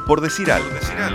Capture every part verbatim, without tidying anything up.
por decir algo.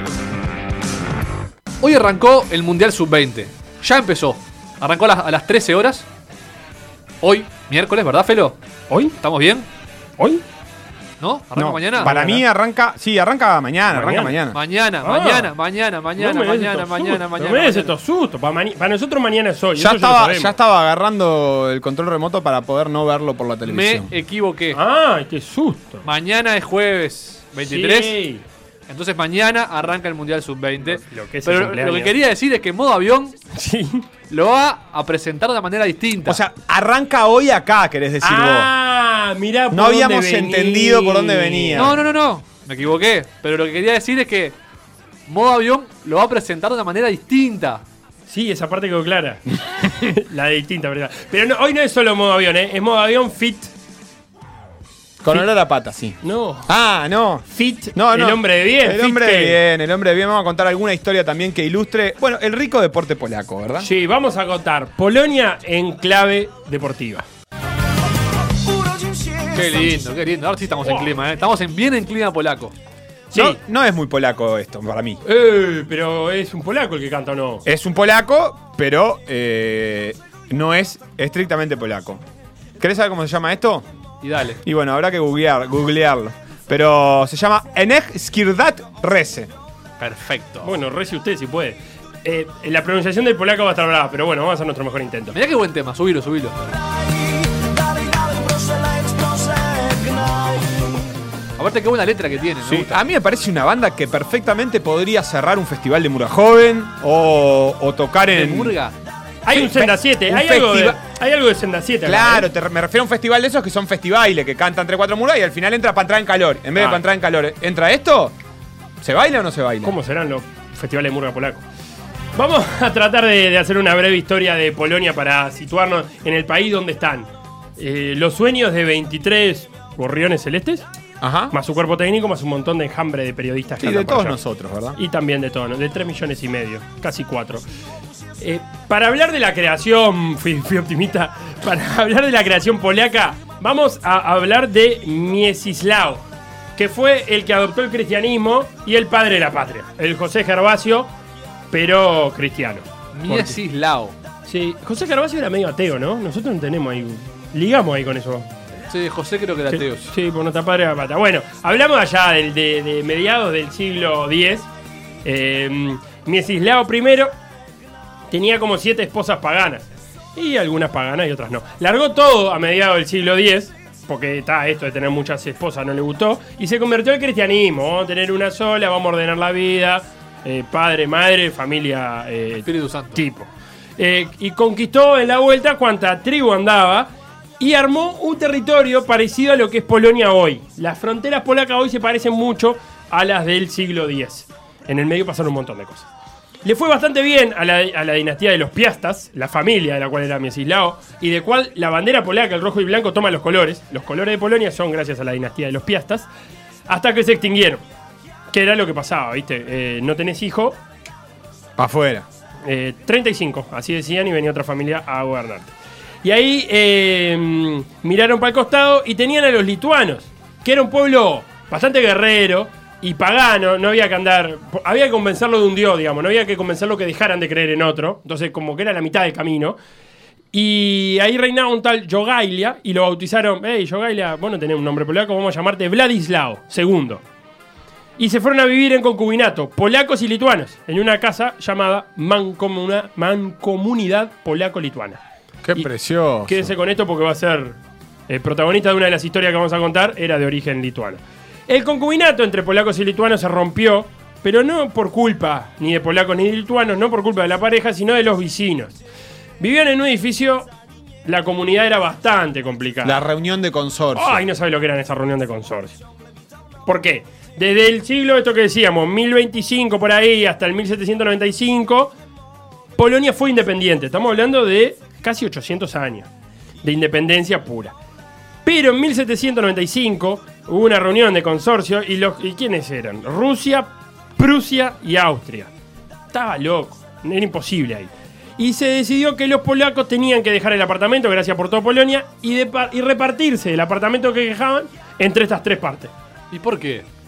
Hoy arrancó el Mundial sub veinte. Ya empezó. Arrancó a las, a las trece horas. Hoy, miércoles, ¿verdad, Felo? ¿Hoy? ¿Estamos bien? ¿Hoy? ¿No? ¿Arranca No, mañana? Para mañana. mí arranca... Sí, arranca mañana, arranca mañana. Mañana, Ah. mañana, mañana, mañana, No me des mañana, estos mañana, sustos, mañana. No me des mañana. estos sustos. Para, mani- para nosotros mañana es hoy. Ya eso lo estaba- sabemos. ya estaba agarrando el control remoto para poder no verlo por la Me televisión. equivoqué. ¡Ay, qué susto! Mañana es jueves veintitrés. Sí. Entonces mañana arranca el Mundial sub veinte. Lo que es el Pero lo cumpleaños. que quería decir es que modo avión sí. lo va a presentar de manera distinta. O sea, arranca hoy acá, querés decir Ah, vos. mirá por No dónde habíamos venía. entendido por dónde venía. No, no, no, no. Me equivoqué. Pero lo que quería decir es que modo avión lo va a presentar de una manera distinta. Sí, esa parte quedó clara. La de distinta, ¿verdad? Pero no, hoy no es solo modo avión, ¿eh? Es modo avión fit. Con Fit. olor a pata, sí. No. Ah, no. Fit. No, no. El hombre de bien. El fit hombre que- de bien, el hombre de bien. Vamos a contar alguna historia también que ilustre, bueno, el rico deporte polaco, ¿verdad? Sí, vamos a contar Polonia en clave deportiva. Qué lindo, qué lindo. Ahora sí estamos en clima, ¿eh? Estamos en, bien en clima polaco. Sí. No, no es muy polaco esto, para mí. Eh, pero es un polaco el que canta, ¿o no? Es un polaco, pero eh, no es estrictamente polaco. ¿Querés saber cómo se llama esto? Y dale. Y bueno, habrá que googlear, googlearlo. Pero se llama Enej Skirdat Reze. Perfecto. Bueno, reci usted si puede. Eh, la pronunciación del polaco va a estar brava, pero bueno, vamos a hacer nuestro mejor intento. Mirá qué buen tema, subilo, subilo. Aparte qué buena letra que tiene, me Sí, gusta. a mí me parece una banda que perfectamente podría cerrar un festival de Murga Joven o, o tocar ¿De en... Murga? Hay Sí, un Senda fe- siete, un hay algo, de, festival- hay algo de Senda siete. acá, Claro, ¿eh? te, me refiero a un festival de esos que son festivales, que cantan entre cuatro murgas y al final entra para entrar en calor. En vez de Ah. para entrar en calor, ¿entra esto? ¿Se baila o no se baila? ¿Cómo serán los festivales de murga polaco? Vamos a tratar de, de hacer una breve historia de Polonia para situarnos en el país donde están. Eh, los sueños de veintitrés gorriones celestes, Ajá. más su cuerpo técnico, más un montón de enjambre de periodistas. que Sí, andan de por todos allá. nosotros, ¿verdad? Y también de todos, de tres millones y medio, casi cuatro. Eh, para hablar de la creación, fui, fui optimista, para hablar de la creación polaca, vamos a hablar de Miecislao, que fue el que adoptó el cristianismo y el padre de la patria, el José Gervasio, pero cristiano. Miecislao. Sí, José Gervasio era medio ateo, ¿no? Nosotros no tenemos ahí, ligamos ahí con eso. Sí, José creo que era Sí, ateo. sí, por nuestra padre la pata. Bueno, hablamos allá del- de, de mediados del siglo diez. Eh, Miecislao I tenía como siete esposas paganas. Y algunas paganas y otras no. Largó todo a mediados del siglo diez, porque está esto de tener muchas esposas no le gustó. Y se convirtió al cristianismo. Vamos a tener una sola, vamos a ordenar la vida. eh, padre, madre, familia, eh, Espíritu Santo. tipo. Eh, y conquistó en la vuelta cuanta tribu andaba y armó un territorio parecido a lo que es Polonia hoy. Las fronteras polacas hoy se parecen mucho a las del siglo diez. En el medio pasaron un montón de cosas. Le fue bastante bien a la, a la dinastía de los Piastas, la familia de la cual era Miecislao, y de cual la bandera polaca, el rojo y blanco, toma los colores. Los colores de Polonia son gracias a la dinastía de los Piastas, hasta que se extinguieron. Que era lo que pasaba, ¿viste? Eh, no tenés hijo, Pa' afuera. eh, treinta y cinco, así decían, y venía otra familia a gobernarte. Y ahí eh, miraron para el costado y tenían a los lituanos, que era un pueblo bastante guerrero y pagano, no había que andar, había que convencerlo de un dios, digamos, no había que convencerlo que dejaran de creer en otro, entonces como que era la mitad del camino. Y ahí reinaba un tal Jogailia y lo bautizaron, hey Jogailia, vos no tenés un nombre polaco, vamos a llamarte Vladislao segundo. Y se fueron a vivir en concubinato, polacos y lituanos, en una casa llamada Mancomuna- Mancomunidad Polaco-Lituana. Qué Y precioso. Quédese con esto porque va a ser el protagonista de una de las historias que vamos a contar, era de origen lituano. El concubinato entre polacos y lituanos se rompió, pero no por culpa ni de polacos ni de lituanos, no por culpa de la pareja, sino de los vecinos. Vivían en un edificio, la comunidad era bastante complicada. La reunión de consorcio. Ay, no sabe lo que era esa reunión de consorcio. ¿Por qué? Desde el siglo, esto que decíamos, mil veinticinco por ahí hasta el mil setecientos noventa y cinco, Polonia fue independiente. Estamos hablando de casi ochocientos años de independencia pura. Pero en mil setecientos noventa y cinco hubo una reunión de consorcio y, los, ¿y quiénes eran? Rusia, Prusia y Austria. Estaba loco, era imposible ahí. Y se decidió que los polacos tenían que dejar el apartamento, gracias por todo Polonia, y, de, y repartirse el apartamento que dejaban entre estas tres partes. ¿Y por qué?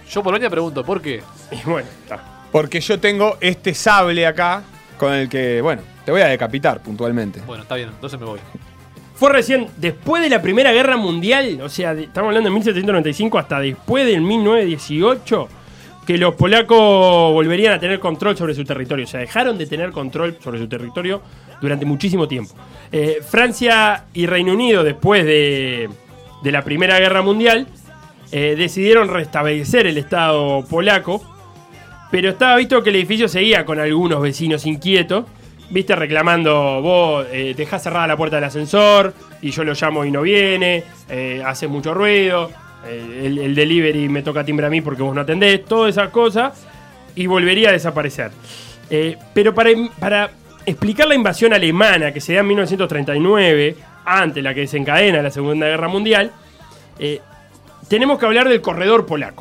Yo Polonia pregunto, ¿por qué? Y bueno, está. Porque yo tengo este sable acá con el que, bueno, te voy a decapitar puntualmente. Bueno, está bien, entonces me voy. Fue recién después de la Primera Guerra Mundial, o sea, de- estamos hablando de mil setecientos noventa y cinco hasta después del mil novecientos dieciocho, que los polacos volverían a tener control sobre su territorio. O sea, dejaron de tener control sobre su territorio durante muchísimo tiempo. Eh, Francia y Reino Unido, después de, de la Primera Guerra Mundial, eh, decidieron restablecer el Estado polaco, pero estaba visto que el edificio seguía con algunos vecinos inquietos, viste, reclamando, vos eh, dejás cerrada la puerta del ascensor y yo lo llamo y no viene, eh, hace mucho ruido, eh, el, el delivery me toca timbre a mí porque vos no atendés, todas esas cosas, y volvería a desaparecer. Eh, pero para, para explicar la invasión alemana que se da en mil novecientos treinta y nueve, antes la que desencadena la Segunda Guerra Mundial, eh, tenemos que hablar del corredor polaco.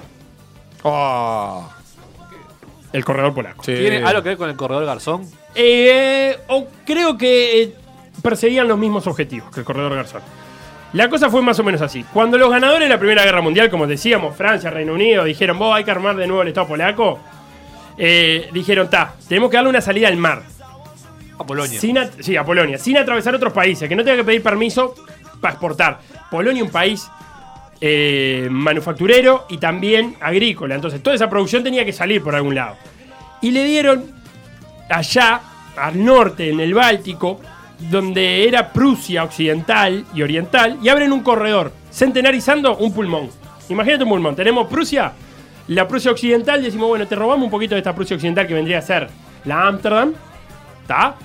Oh, El corredor polaco. sí. ¿Tiene algo que ver con el corredor Garzón? Eh, o creo que eh, perseguían los mismos objetivos que el corredor Garzón. La cosa fue más o menos así. Cuando los ganadores de la Primera Guerra Mundial, como decíamos, Francia, Reino Unido, dijeron, vos hay que armar de nuevo el Estado polaco, eh, dijeron, ta, tenemos que darle una salida al mar. A Polonia. Sin at- sí, a Polonia. Sin atravesar otros países, que no tenga que pedir permiso para exportar. Polonia es un país eh, manufacturero y también agrícola. Entonces toda esa producción tenía que salir por algún lado. Y le dieron allá, al norte, en el Báltico, donde era Prusia occidental y oriental, y abren un corredor, centenarizando un pulmón. Imagínate un pulmón. Tenemos Prusia, la Prusia occidental, decimos, bueno, te robamos un poquito de esta Prusia occidental que vendría a ser la Ámsterdam, ¿está?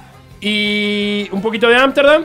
Y un poquito de Ámsterdam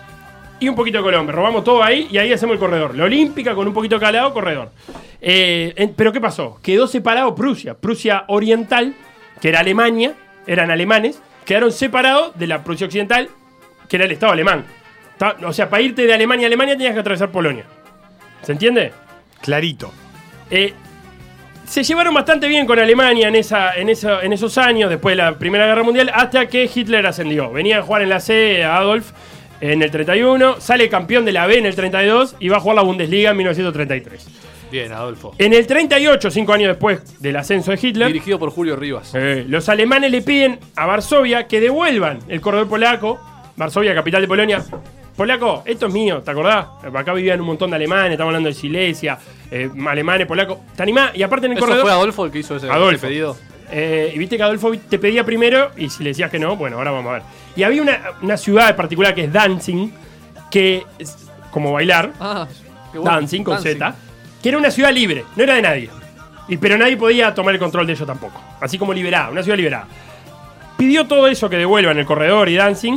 y un poquito de Colombia. Robamos todo ahí y ahí hacemos el corredor. La Olímpica con un poquito de calado, corredor. Eh, en- pero ¿qué pasó? Quedó separado Prusia. Prusia oriental, que era Alemania, eran alemanes, quedaron separados de la Prusia occidental, que era el Estado alemán. Ta- O sea, para irte de Alemania a Alemania tenías que atravesar Polonia. ¿Se entiende? Clarito. Eh, se llevaron bastante bien con Alemania en, esa, en, esa- en esos años, después de la Primera Guerra Mundial, hasta que Hitler ascendió. Venía a jugar en la C a Adolf en el treinta y uno, sale campeón de la B en el treinta y dos y va a jugar la Bundesliga en mil novecientos treinta y tres. Bien, Adolfo. En el treinta y ocho, cinco años después del ascenso de Hitler, Dirigido por Julio Rivas. eh, los alemanes le piden a Varsovia que devuelvan el corredor polaco. Varsovia, capital de Polonia. Polaco, esto es mío, ¿te acordás? Acá vivían un montón de alemanes, estamos hablando de Silesia, eh, alemanes, polacos. ¿Te animás? Y aparte en el ¿Eso corredor. fue Adolfo el que hizo ese, Adolfo. ese pedido? Eh, y viste que Adolfo te pedía primero, y si le decías que no, bueno, ahora vamos a ver. Y había una, una ciudad en particular que es Danzig, que es como bailar, Ah, qué bueno. Danzig con Z, que era una ciudad libre, no era de nadie. Y, pero nadie podía tomar el control de ellos tampoco. Así como liberada, una ciudad liberada. Pidió todo eso que devuelvan el corredor y Danzig.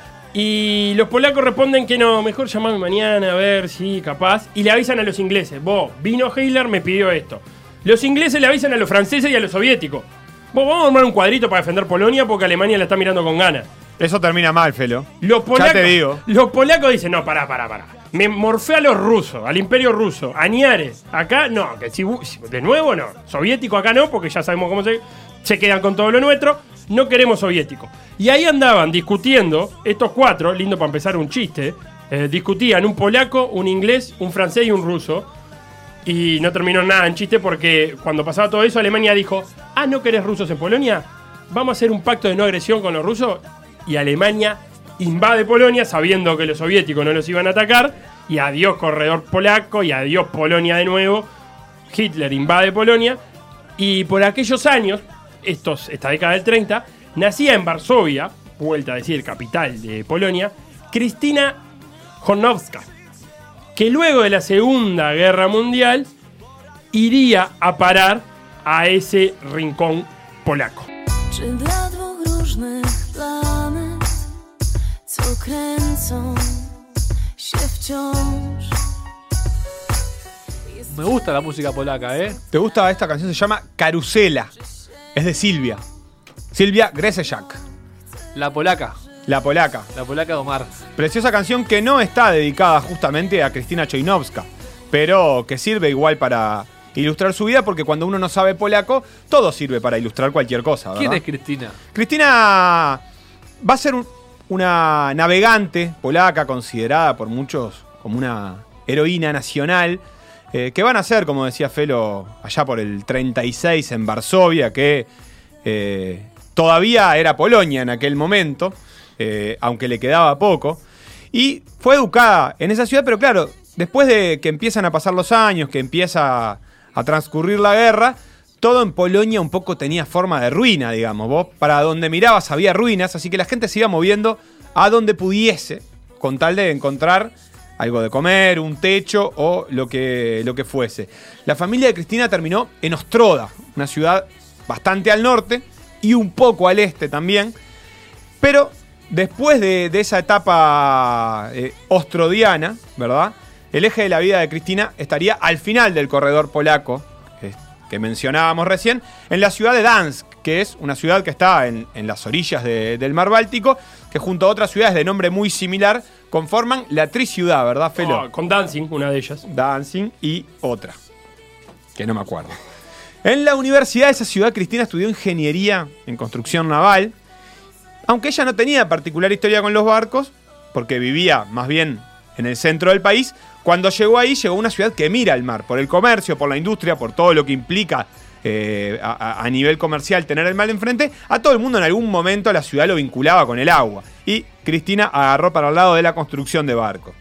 Y los polacos responden que no, mejor llamame mañana a ver si capaz. Y le avisan a los ingleses, vos, vino Hitler, me pidió esto. Los ingleses le avisan a los franceses y a los soviéticos. Vos, vamos a armar un cuadrito para defender Polonia porque Alemania la está mirando con ganas. Eso termina mal, Felo. Los polacos, Ya te digo. Los polacos dicen, no, pará, pará, pará. Me morfé a los rusos, al imperio ruso, a Niares. Acá no, que si, si- de nuevo no. Soviético acá no, porque ya sabemos cómo se, se quedan con todo lo nuestro. No queremos soviético. Y ahí andaban discutiendo, estos cuatro, lindo para empezar un chiste, eh, discutían un polaco, un inglés, un francés y un ruso. Y no terminó nada en chiste porque cuando pasaba todo eso, Alemania dijo, ah, ¿no querés rusos en Polonia? Vamos a hacer un pacto de no agresión con los rusos. Y Alemania invade Polonia sabiendo que los soviéticos no los iban a atacar. Y adiós corredor polaco y adiós Polonia de nuevo. Hitler invade Polonia. Y por aquellos años, estos, esta década del treinta, nacía en Varsovia, vuelta a decir capital de Polonia, Cristina Hornowska, que luego de la Segunda Guerra Mundial iría a parar a ese rincón polaco. Czy dla dwóch różnych planet, co kręcą się wciąż? Me gusta la música polaca, ¿eh? ¿Te gusta esta canción? Se llama Carusela. Es de Silvia. Silvia Gresejak, La polaca. la polaca. La polaca de Omar. Preciosa canción que no está dedicada justamente a Cristina Chojnowska, pero que sirve igual para ilustrar su vida, porque cuando uno no sabe polaco, todo sirve para ilustrar cualquier cosa, ¿verdad? ¿Quién es Cristina? Cristina va a ser un- una navegante polaca considerada por muchos como una heroína nacional. eh, que van a ser, como decía Felo, allá por el treinta y seis en Varsovia, que eh, todavía era Polonia en aquel momento, eh, aunque le quedaba poco. Y fue educada en esa ciudad, pero claro, después de que empiezan a pasar los años, que empieza a transcurrir la guerra, todo en Polonia un poco tenía forma de ruina, digamos. Vos para donde mirabas había ruinas, así que la gente se iba moviendo a donde pudiese, con tal de encontrar algo de comer, un techo o lo que, lo que fuese. La familia de Cristina terminó en Ostroda, una ciudad bastante al norte y un poco al este también. Pero después de, de esa etapa eh, ostrodiana, ¿verdad?, el eje de la vida de Cristina estaría al final del corredor polaco, que mencionábamos recién, en la ciudad de Dansk, que es una ciudad que está en, en las orillas de, del mar Báltico, que junto a otras ciudades de nombre muy similar conforman la triciudad, ¿verdad, Felo? Oh, con Danzig, una de ellas. Danzig y otra, que no me acuerdo. En la universidad de esa ciudad, Cristina estudió ingeniería en construcción naval, aunque ella no tenía particular historia con los barcos, porque vivía más bien en el centro del país. Cuando llegó ahí, llegó a una ciudad que mira el mar, por el comercio, por la industria, por todo lo que implica eh, a, a nivel comercial tener el mar enfrente. A todo el mundo en algún momento la ciudad lo vinculaba con el agua. Y Cristina agarró para el lado de la construcción de barcos.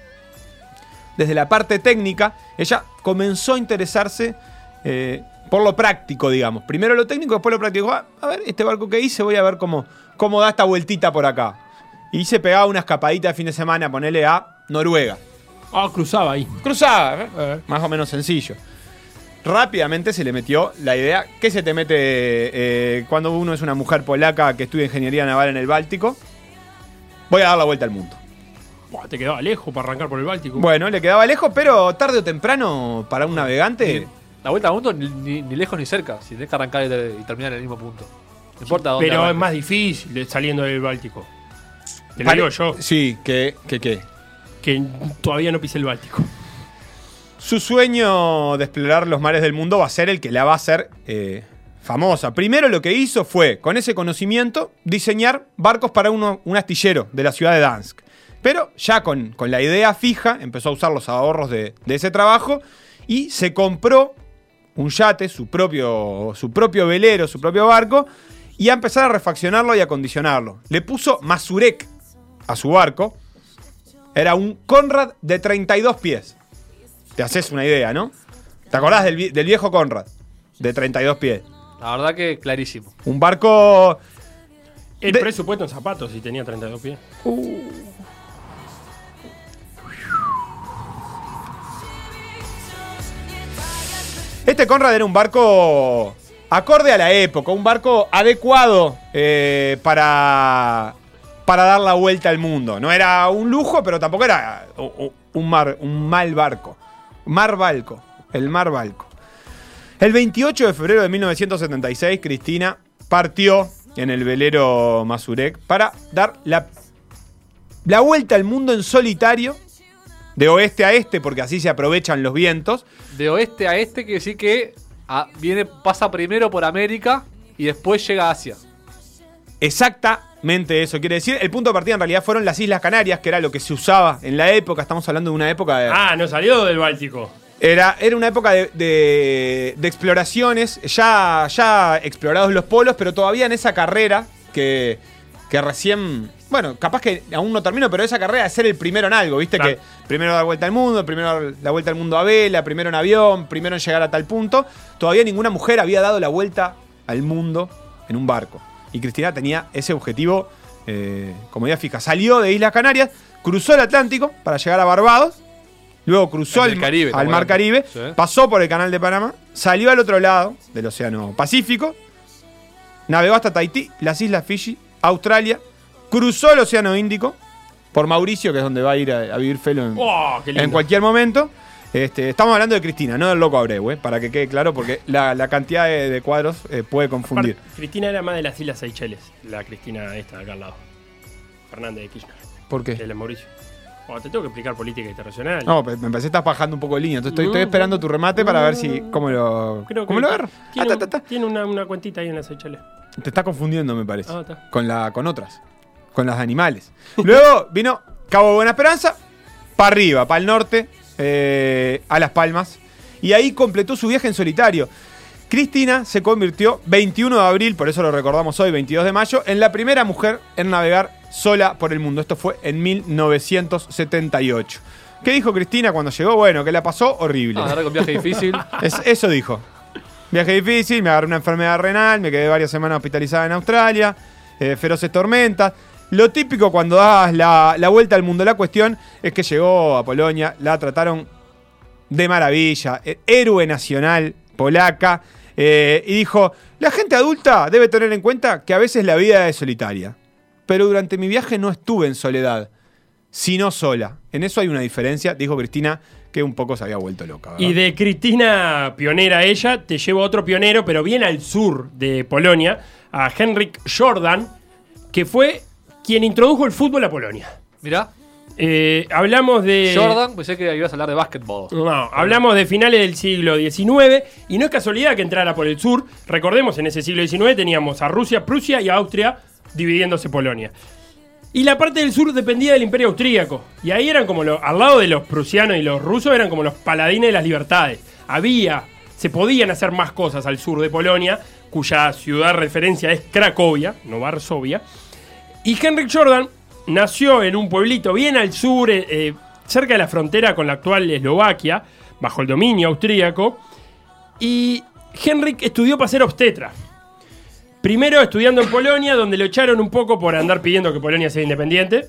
Desde la parte técnica, ella comenzó a interesarse eh, por lo práctico, digamos. Primero lo técnico, después lo práctico. Ah, a ver, este barco que hice, voy a ver cómo, cómo da esta vueltita por acá. Y se pegaba una escapadita de fin de semana, ponerle a Noruega. Ah, oh, cruzaba ahí. Cruzaba, ¿eh? Eh. Más o menos sencillo. Rápidamente se le metió la idea. ¿Qué se te mete eh, cuando uno es una mujer polaca que estudia ingeniería naval en el Báltico? Voy a dar la vuelta al mundo. Buah, te quedaba lejos para arrancar por el Báltico. Bueno, le quedaba lejos, pero tarde o temprano para un navegante... La vuelta al mundo ni, ni, ni lejos ni cerca. Si tenés que arrancar y, y terminar en el mismo punto. No importa dónde. Pero arranques. Es más difícil saliendo del Báltico. Te lo Vale. digo yo. Sí, que, que, que. Que todavía no pisé el Báltico. Su sueño de explorar los mares del mundo va a ser el que la va a hacer eh, famosa. Primero lo que hizo fue, con ese conocimiento, diseñar barcos para uno, un astillero de la ciudad de Dansk. Pero ya con, con la idea fija, empezó a usar los ahorros de, de ese trabajo y se compró un yate, su propio, su propio velero, su propio barco, y a empezar a refaccionarlo y acondicionarlo. Le puso Mazurek a su barco. Era un Conrad de treinta y dos pies. Te haces una idea, ¿no? ¿Te acordás del, del viejo Conrad? De treinta y dos pies. La verdad que clarísimo. Un barco... El de... presupuesto en zapatos, si tenía treinta y dos pies. Uh. Este Conrad era un barco acorde a la época, un barco adecuado eh, para... para dar la vuelta al mundo. No era un lujo, pero tampoco era un, mar, un mal barco. Mar Balco. El Mar Balco. El veintiocho de febrero de mil novecientos setenta y seis, Cristina partió en el velero Mazurek para dar la, la vuelta al mundo en solitario, de oeste a este, porque así se aprovechan los vientos. De oeste a este, quiere decir que a, viene, pasa primero por América y después llega a Asia. Exactamente eso quiere decir. El punto de partida en realidad fueron las Islas Canarias, que era lo que se usaba en la época. Estamos hablando de una época de... Ah, no salió del Báltico. Era, era una época de, de, de exploraciones, ya, ya explorados los polos, pero todavía en esa carrera que, que recién... Bueno, capaz que aún no termino, pero esa carrera de ser el primero en algo, ¿viste? Claro. Que primero dar vuelta al mundo, primero dar la vuelta al mundo a vela, primero en avión, primero en llegar a tal punto. Todavía ninguna mujer había dado la vuelta al mundo en un barco. Y Cristina tenía ese objetivo eh, como idea fija. Salió de Islas Canarias, cruzó el Atlántico para llegar a Barbados, luego cruzó el, Caribe, al Mar Caribe, sí. Pasó por el Canal de Panamá, salió al otro lado del Océano Pacífico, navegó hasta Tahití, las Islas Fiji, Australia, cruzó el Océano Índico por Mauricio, que es donde va a ir a, a vivir Felo en, oh, en cualquier momento. Este, estamos hablando de Cristina, no del loco Abreu, eh, para que quede claro, porque la, la cantidad de, de cuadros eh, puede confundir. Aparte, Cristina era más de las Islas Seychelles, la Cristina esta de acá al lado. Fernández de Kirchner. ¿Por qué? De la Mauricio. Oh, te tengo que explicar política internacional. No, me parece que estás bajando un poco de línea. Entonces estoy, no, estoy esperando tu remate no, para ver no, si no. cómo lo, Creo cómo que lo agarro. Tiene, Ah, ta, ta, ta. tiene una, una cuentita ahí en las Seychelles. Te está confundiendo, me parece. Ah, está. Con, la, con otras. Con las de animales. Luego vino Cabo Buena Esperanza, para arriba, para el norte, eh, a Las Palmas. y ahí completó su viaje en solitario. Cristina se convirtió veintiuno de abril, por eso lo recordamos hoy, veintidós de mayo, en la primera mujer en navegar sola por el mundo. Esto fue en mil novecientos setenta y ocho. ¿Qué dijo Cristina cuando llegó? Bueno, que la pasó horrible. Ah, ahora con viaje difícil. Es, eso dijo. Viaje difícil, me agarré una enfermedad renal, me quedé varias semanas hospitalizada en Australia, eh, feroces tormentas. Lo típico cuando das la, la vuelta al mundo. La cuestión es que llegó a Polonia, la trataron de maravilla, eh, héroe nacional polaca. Eh, y dijo, la gente adulta debe tener en cuenta que a veces la vida es solitaria. Pero durante mi viaje no estuve en soledad, sino sola. En eso hay una diferencia, dijo Cristina, que un poco se había vuelto loca, ¿verdad? Y de Cristina, pionera ella, te llevo a otro pionero, pero bien al sur de Polonia, a Henryk Jordan, que fue quien introdujo el fútbol a Polonia. Mirá. Eh, hablamos de... Jordan, pensé que ibas a hablar de básquetbol. No, hablamos de finales del siglo diecinueve y no es casualidad que entrara por el sur. Recordemos, en ese siglo diecinueve teníamos a Rusia, Prusia y a Austria dividiéndose Polonia. Y la parte del sur dependía del Imperio Austríaco. Y ahí eran como los, al lado de los prusianos y los rusos, eran como los paladines de las libertades. Había, se podían hacer más cosas al sur de Polonia, cuya ciudad referencia es Cracovia, no Varsovia. Y Henryk Jordan nació en un pueblito bien al sur, eh, eh, cerca de la frontera con la actual Eslovaquia, bajo el dominio austríaco. Y Henryk estudió para ser obstetra. Primero estudiando en Polonia, donde lo echaron un poco por andar pidiendo que Polonia sea independiente.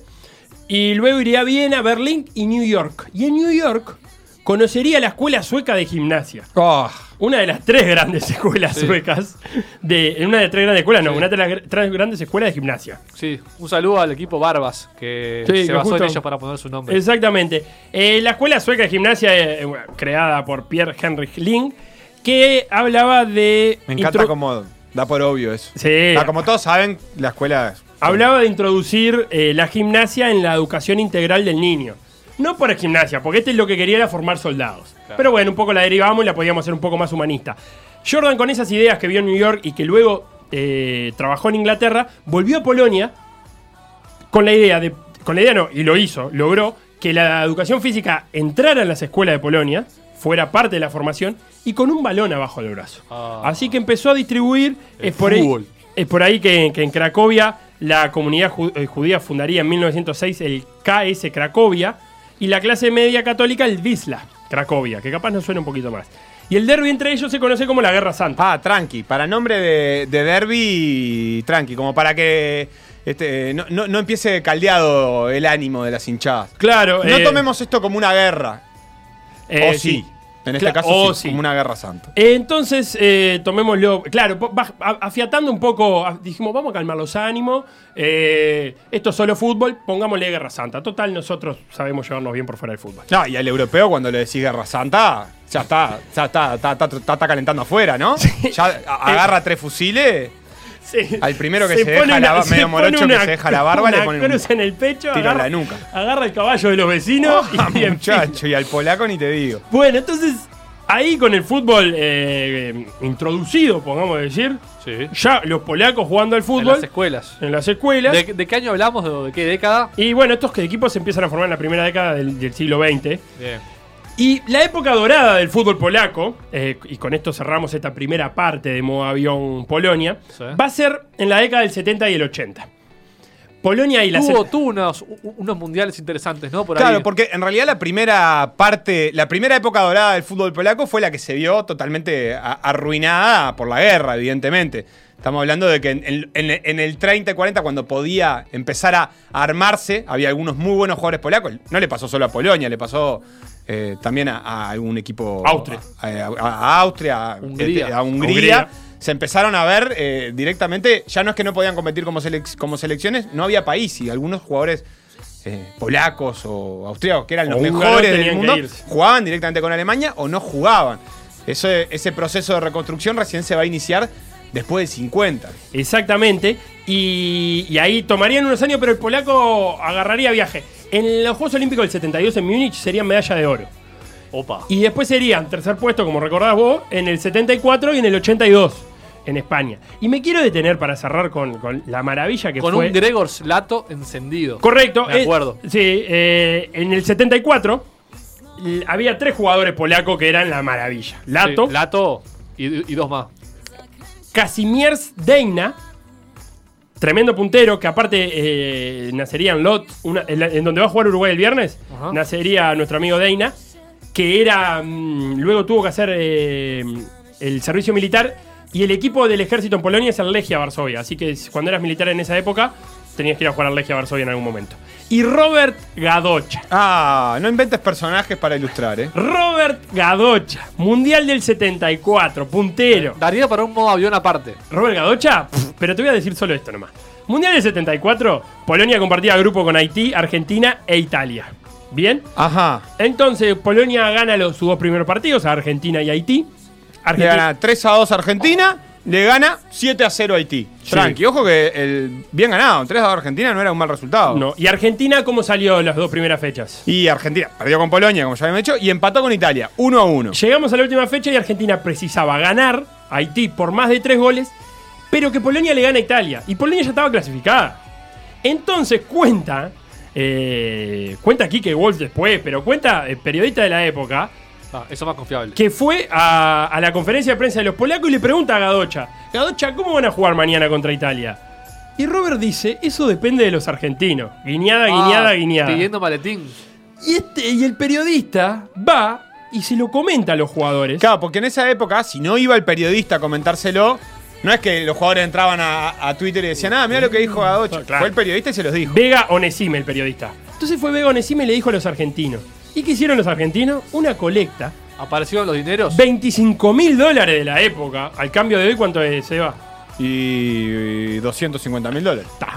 Y luego iría a Viena, Berlín y New York. Y en New York conocería la escuela sueca de gimnasia. Oh. Una de las tres grandes escuelas sí. suecas. De, una de las tres grandes escuelas, no, Sí. una de las tres grandes escuelas de gimnasia. Sí, un saludo al equipo Barbas, que Sí, se que basó justo- en ellos para poner su nombre. Exactamente. Eh, la escuela sueca de gimnasia, eh, bueno, creada por Pierre Henrik Ling, que hablaba de... Me encanta intro- como da por obvio eso. Sí. Ah, como todos saben, la escuela... es- Hablaba de introducir eh, la gimnasia en la educación integral del niño. No por gimnasia, porque este es lo que quería era formar soldados. Claro. Pero bueno, un poco la derivamos y la podíamos hacer un poco más humanista. Jordan, con esas ideas que vio en New York y que luego eh, trabajó en Inglaterra, volvió a Polonia con la idea de... Con la idea no, y lo hizo, logró que la educación física entrara en las escuelas de Polonia, fuera parte de la formación, y con un balón abajo del brazo. Ah. Así que empezó a distribuir... El Es por ahí, fútbol. es por ahí que, que en Cracovia la comunidad ju- eh, judía fundaría en mil novecientos seis el K S Cracovia y la clase media católica el Wisla Cracovia, que capaz nos suena un poquito más. Y el derbi entre ellos se conoce como la Guerra Santa. Ah, tranqui. Para nombre de, de derby, tranqui. Como para que este, no, no, no empiece caldeado el ánimo de las hinchadas. Claro. No eh, tomemos esto como una guerra. eh, o sí. En este Cla- caso o sí, sí. como una guerra santa. Eh, Entonces, eh, tomémoslo. Claro, po- baj- a- afiatando un poco, a- dijimos, vamos a calmar los ánimos. eh, esto es solo fútbol, pongámosle Guerra Santa. Total, nosotros sabemos llevarnos bien por fuera del fútbol. No, y al europeo cuando le decís guerra santa, ya está, ya está, está, está, está- está calentando afuera, ¿no? Ya a- agarra tres fusiles. Sí. Al primero que se deja pone la- se medio pone morocho que una- se deja la barba, le una ponen un cruz en el pecho, tiro en agarra, la nuca. agarra el caballo de los vecinos Ah, y en fin. muchacho, y al polaco ni te digo. Bueno, entonces, ahí con el fútbol eh, introducido, pongamos decir, Sí. ya los polacos jugando al En fútbol las escuelas. en las escuelas. ¿De, de qué año hablamos? ¿De, de qué década? Y bueno, estos equipos se empiezan a formar en la primera década del, del siglo veinte. Bien. Y la época dorada del fútbol polaco, eh, y con esto cerramos esta primera parte de Modo Avión Polonia, Sí. va a ser en la década del setenta y el ochenta. Polonia y la Tuvo, se- tuvo unos, u- unos mundiales interesantes, ¿no? Por Claro, ahí. porque en realidad la primera parte, la primera época dorada del fútbol polaco fue la que se vio totalmente a- arruinada por la guerra, evidentemente. Estamos hablando de que en, en- en el treinta y cuarenta, cuando podía empezar a armarse, había algunos muy buenos jugadores polacos. No le pasó solo a Polonia, le pasó eh, también a, a algún equipo. Austria. A, a- a Austria, a Hungría. a Hungría. Hungría. Se empezaron a ver eh, directamente, ya no es que no podían competir como, selec- como selecciones, no había país y algunos jugadores eh, polacos o austríacos, que eran los O húngaros mejores del tenían que mundo, irse. jugaban directamente con Alemania o no jugaban. Ese, ese proceso de reconstrucción recién se va a iniciar después del cincuenta. Exactamente. Y, y ahí tomarían unos años, pero el polaco agarraría viaje. En los Juegos Olímpicos del setenta y dos en Múnich serían medalla de oro. Opa. Y después serían tercer puesto, como recordás vos, en el setenta y cuatro y en el ochenta y dos en España. Y me quiero detener para cerrar con, con la maravilla que Con fue... un Gregor Slato encendido. Correcto. Me eh, acuerdo. sí, eh, en el setenta y cuatro l- había tres jugadores polacos que eran la maravilla. Lato, Sí, Lato y, y dos más. Kazimierz Dejna, tremendo puntero, que aparte eh, nacería en Lot, una- en, la- en donde va a jugar Uruguay el viernes, Ajá. nacería nuestro amigo Dejna, que era, mm, luego tuvo que hacer eh, el servicio militar, y el equipo del ejército en Polonia es el Legia Varsovia, así que cuando eras militar en esa época, tenías que ir a jugar al Legia Varsovia en algún momento. Y Robert Gadocha. Ah, no inventes personajes para ilustrar, ¿eh? Robert Gadocha, Mundial del setenta y cuatro, puntero. Daría para un modo avión aparte. Robert Gadocha, pff, pero te voy a decir solo esto nomás. Mundial del setenta y cuatro, Polonia compartía grupo con Haití, Argentina e Italia. ¿Bien? Ajá. Entonces, Polonia gana los, sus dos primeros partidos a Argentina y Haití. Le Argentina, gana tres a dos a Argentina, le gana siete a cero a Haití. Sí. Tranqui, ojo que el bien ganado, tres a dos a Argentina no era un mal resultado. no. ¿Y Argentina cómo salió las dos primeras fechas? Y Argentina perdió con Polonia, como ya habíamos dicho, y empató con Italia, uno a uno. Llegamos a la última fecha y Argentina precisaba ganar a Haití por más de tres goles, pero que Polonia le gana a Italia. Y Polonia ya estaba clasificada. Entonces cuenta, eh, cuenta Kike Wolf después, pero cuenta el periodista de la época, Ah, eso es más confiable. que fue a, a la conferencia de prensa de los polacos y le pregunta a Gadocha, Gadocha, ¿cómo van a jugar mañana contra Italia? Y Robert dice, eso depende de los argentinos. Guiñada, guiñada, Ah, guiñada. Pidiendo maletín. Y, este, y el periodista va y se lo comenta a los jugadores. Claro, porque en esa época, si no iba el periodista a comentárselo, no es que los jugadores entraban a, a Twitter y decían, ah, mira lo que dijo Gadocha. Claro. Fue el periodista y se los dijo. Vega Onesime, el periodista. Entonces fue Vega Onesime y le dijo a los argentinos. ¿Y qué hicieron los argentinos? Una colecta. ¿Aparecieron los dineros? veinticinco mil dólares de la época. Al cambio de hoy, ¿cuánto es, Seba? Y doscientos cincuenta mil dólares. Ta.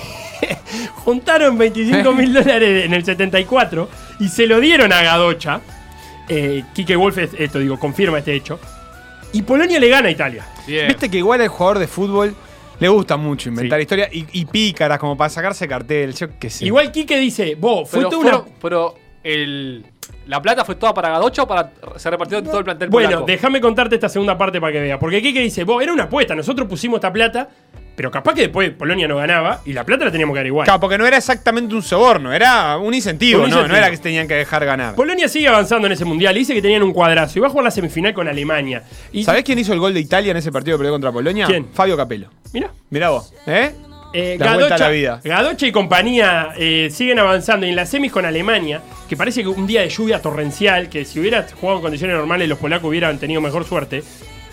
Juntaron veinticinco mil dólares en el setenta y cuatro y se lo dieron a Gadocha. Eh, Kike Wolf, es- esto digo, confirma este hecho. Y Polonia le gana a Italia. Bien. Viste que igual al jugador de fútbol le gusta mucho inventar Sí. historias y, y pícaras como para sacarse cartel, yo qué sé. Igual Kike dice, vos, fue Pero, toda una... fueron- pero el, ¿la plata fue toda para Gadocha o para se repartió en todo el plantel Bueno, polaco? déjame contarte esta segunda parte para que veas. Porque Kike dice, vos, era una apuesta, nosotros pusimos esta plata, pero capaz que después Polonia no ganaba y la plata la teníamos que dar igual. Claro, porque no era exactamente un soborno, era un incentivo, Un ¿no? incentivo. No era que se tenían que dejar ganar. Polonia sigue avanzando en ese mundial y dice que tenían un cuadrazo y va a jugar la semifinal con Alemania. Y, ¿Sabés quién hizo el gol de Italia en ese partido que perdió contra Polonia? ¿Quién? Fabio Capello. Mirá. Mirá vos, ¿eh? Eh, La vuelta a Gadocha, la vida. Gadocha y compañía eh, siguen avanzando y en las semis con Alemania, que parece que un día de lluvia torrencial, que si hubiera jugado en condiciones normales los polacos hubieran tenido mejor suerte.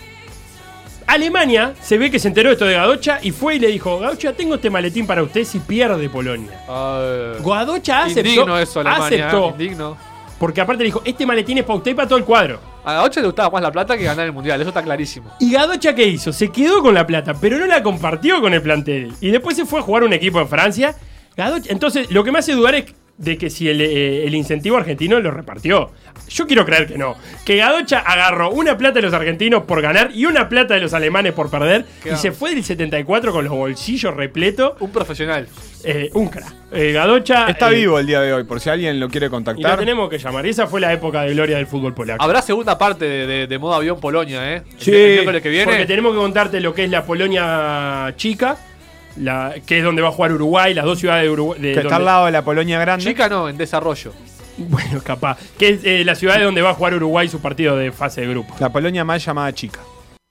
Alemania se ve que se enteró de esto de Gadocha y fue y le dijo, Gadocha, tengo este maletín para usted si pierde Polonia. Ah, Gadocha aceptó, indigno eso, Alemania. aceptó, eh, Indigno. porque aparte le dijo, este maletín es para usted y para todo el cuadro. A Gadocha le gustaba más la plata que ganar el mundial, eso está clarísimo. Y Gadocha, ¿qué hizo? Se quedó con la plata, pero no la compartió con el plantel. Y después se fue a jugar un equipo en Francia. Gadocha, entonces, lo que me hace dudar es de que si el, eh, el incentivo argentino lo repartió. Yo quiero creer que no. Que Gadocha agarró una plata de los argentinos por ganar y una plata de los alemanes por perder. Claro. Y se fue del setenta y cuatro con los bolsillos repletos. Un profesional. Eh, un crack. Eh, Gadocha... Está eh, vivo el día de hoy, por si alguien lo quiere Y lo contactar. tenemos que llamar. Y esa fue la época de gloria del fútbol polaco. Habrá segunda parte de, de, de modo avión Polonia, ¿eh? Sí, el miércoles que viene. Porque tenemos que contarte lo que es la Polonia chica, la, que es donde va a jugar Uruguay, las dos ciudades de Uruguay. de Que está donde- al lado de la Polonia grande. Chica no, en desarrollo. Bueno, capaz. Que es eh, la ciudad de donde va a jugar Uruguay su partido de fase de grupo. La Polonia mal llamada chica.